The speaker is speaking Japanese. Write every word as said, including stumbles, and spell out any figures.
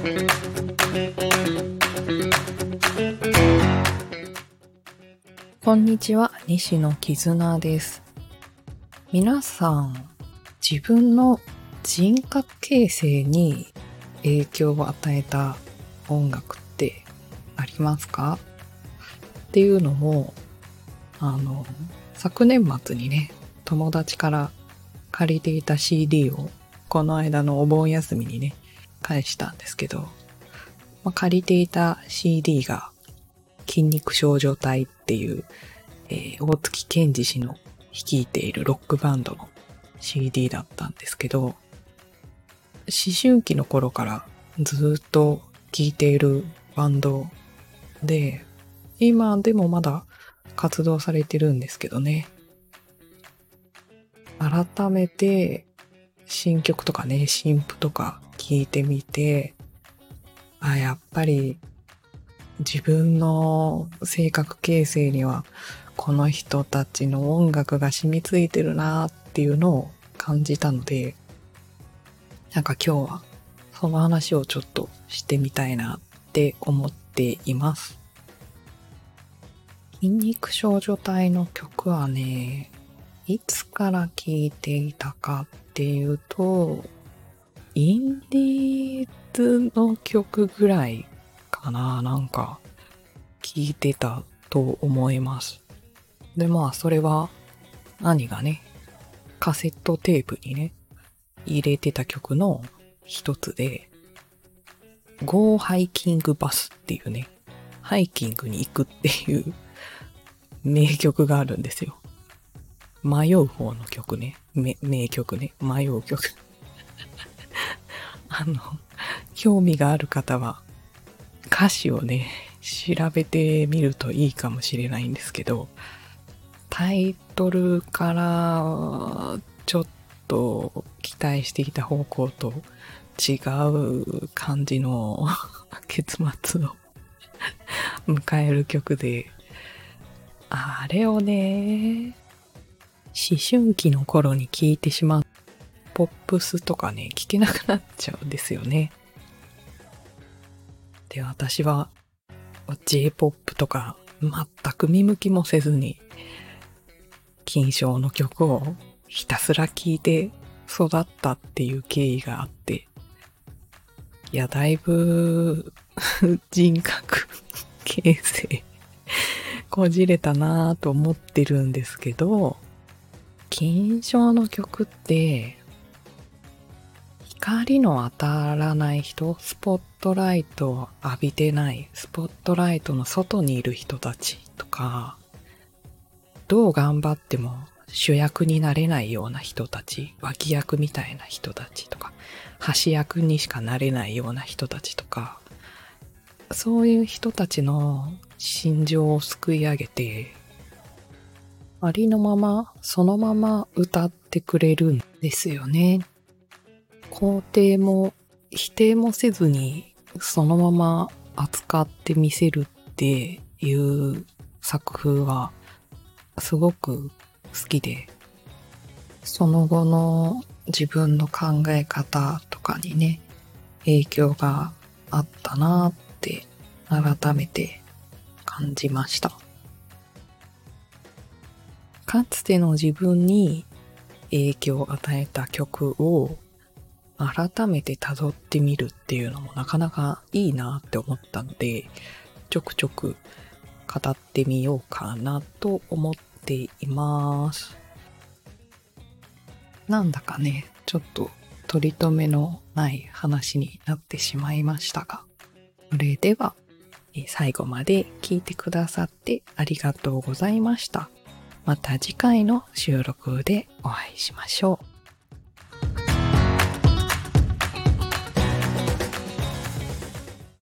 こんにちは、西野絆です。皆さん、自分の人格形成に影響を与えた音楽ってありますか？っていうのも、あの、昨年末にね、友達から借りていた シーディー をこの間のお盆休みにね、返したんですけど、まあ、借りていた シーディー が筋肉少女隊っていう、えー、大月健二氏の率いているロックバンドの シーディー だったんですけど、思春期の頃からずっと聴いているバンドで、今でもまだ活動されてるんですけどね。改めて新曲とかね、新譜とか聴いてみて、あ、やっぱり自分の性格形成にはこの人たちの音楽が染みついてるなっていうのを感じたので、なんか今日はその話をちょっとしてみたいなって思っています。筋肉少女隊の曲はね、いつから聴いていたかっていうと、インディーズの曲ぐらいかな、なんか聴いてたと思います。で、まあそれは兄がね、カセットテープにね、入れてた曲の一つで、Go Hiking Bus っていうね、ハイキングに行くっていう名曲があるんですよ。迷う方の曲ね。め名曲ね。迷う曲。あの、興味がある方は歌詞をね、調べてみるといいかもしれないんですけど、タイトルからちょっと期待していた方向と違う感じの結末を迎える曲で、あれをね、思春期の頃に聴いてしまうポップスとかね、聴けなくなっちゃうんですよね。で、私は ジェイポップ とか全く見向きもせずに金賞の曲をひたすら聴いて育ったっていう経緯があって、いや、だいぶ人格形成こじれたなぁと思ってるんですけど、金賞の曲って光の当たらない人、スポットライトを浴びてない、スポットライトの外にいる人たちとか、どう頑張っても主役になれないような人たち、脇役みたいな人たちとか、端役にしかなれないような人たちとか、そういう人たちの心情をすくい上げて、ありのまま、そのまま歌ってくれるんですよね。肯定も否定もせずに、そのまま扱ってみせるっていう作風はすごく好きで、その後の自分の考え方とかにね、影響があったなって改めて感じました。かつての自分に影響を与えた曲を改めて辿ってみるっていうのもなかなかいいなって思ったので、ちょくちょく語ってみようかなと思っています。なんだかね、ちょっと取り留めのない話になってしまいましたが、それでは最後まで聞いてくださってありがとうございました。また次回の収録でお会いしましょう。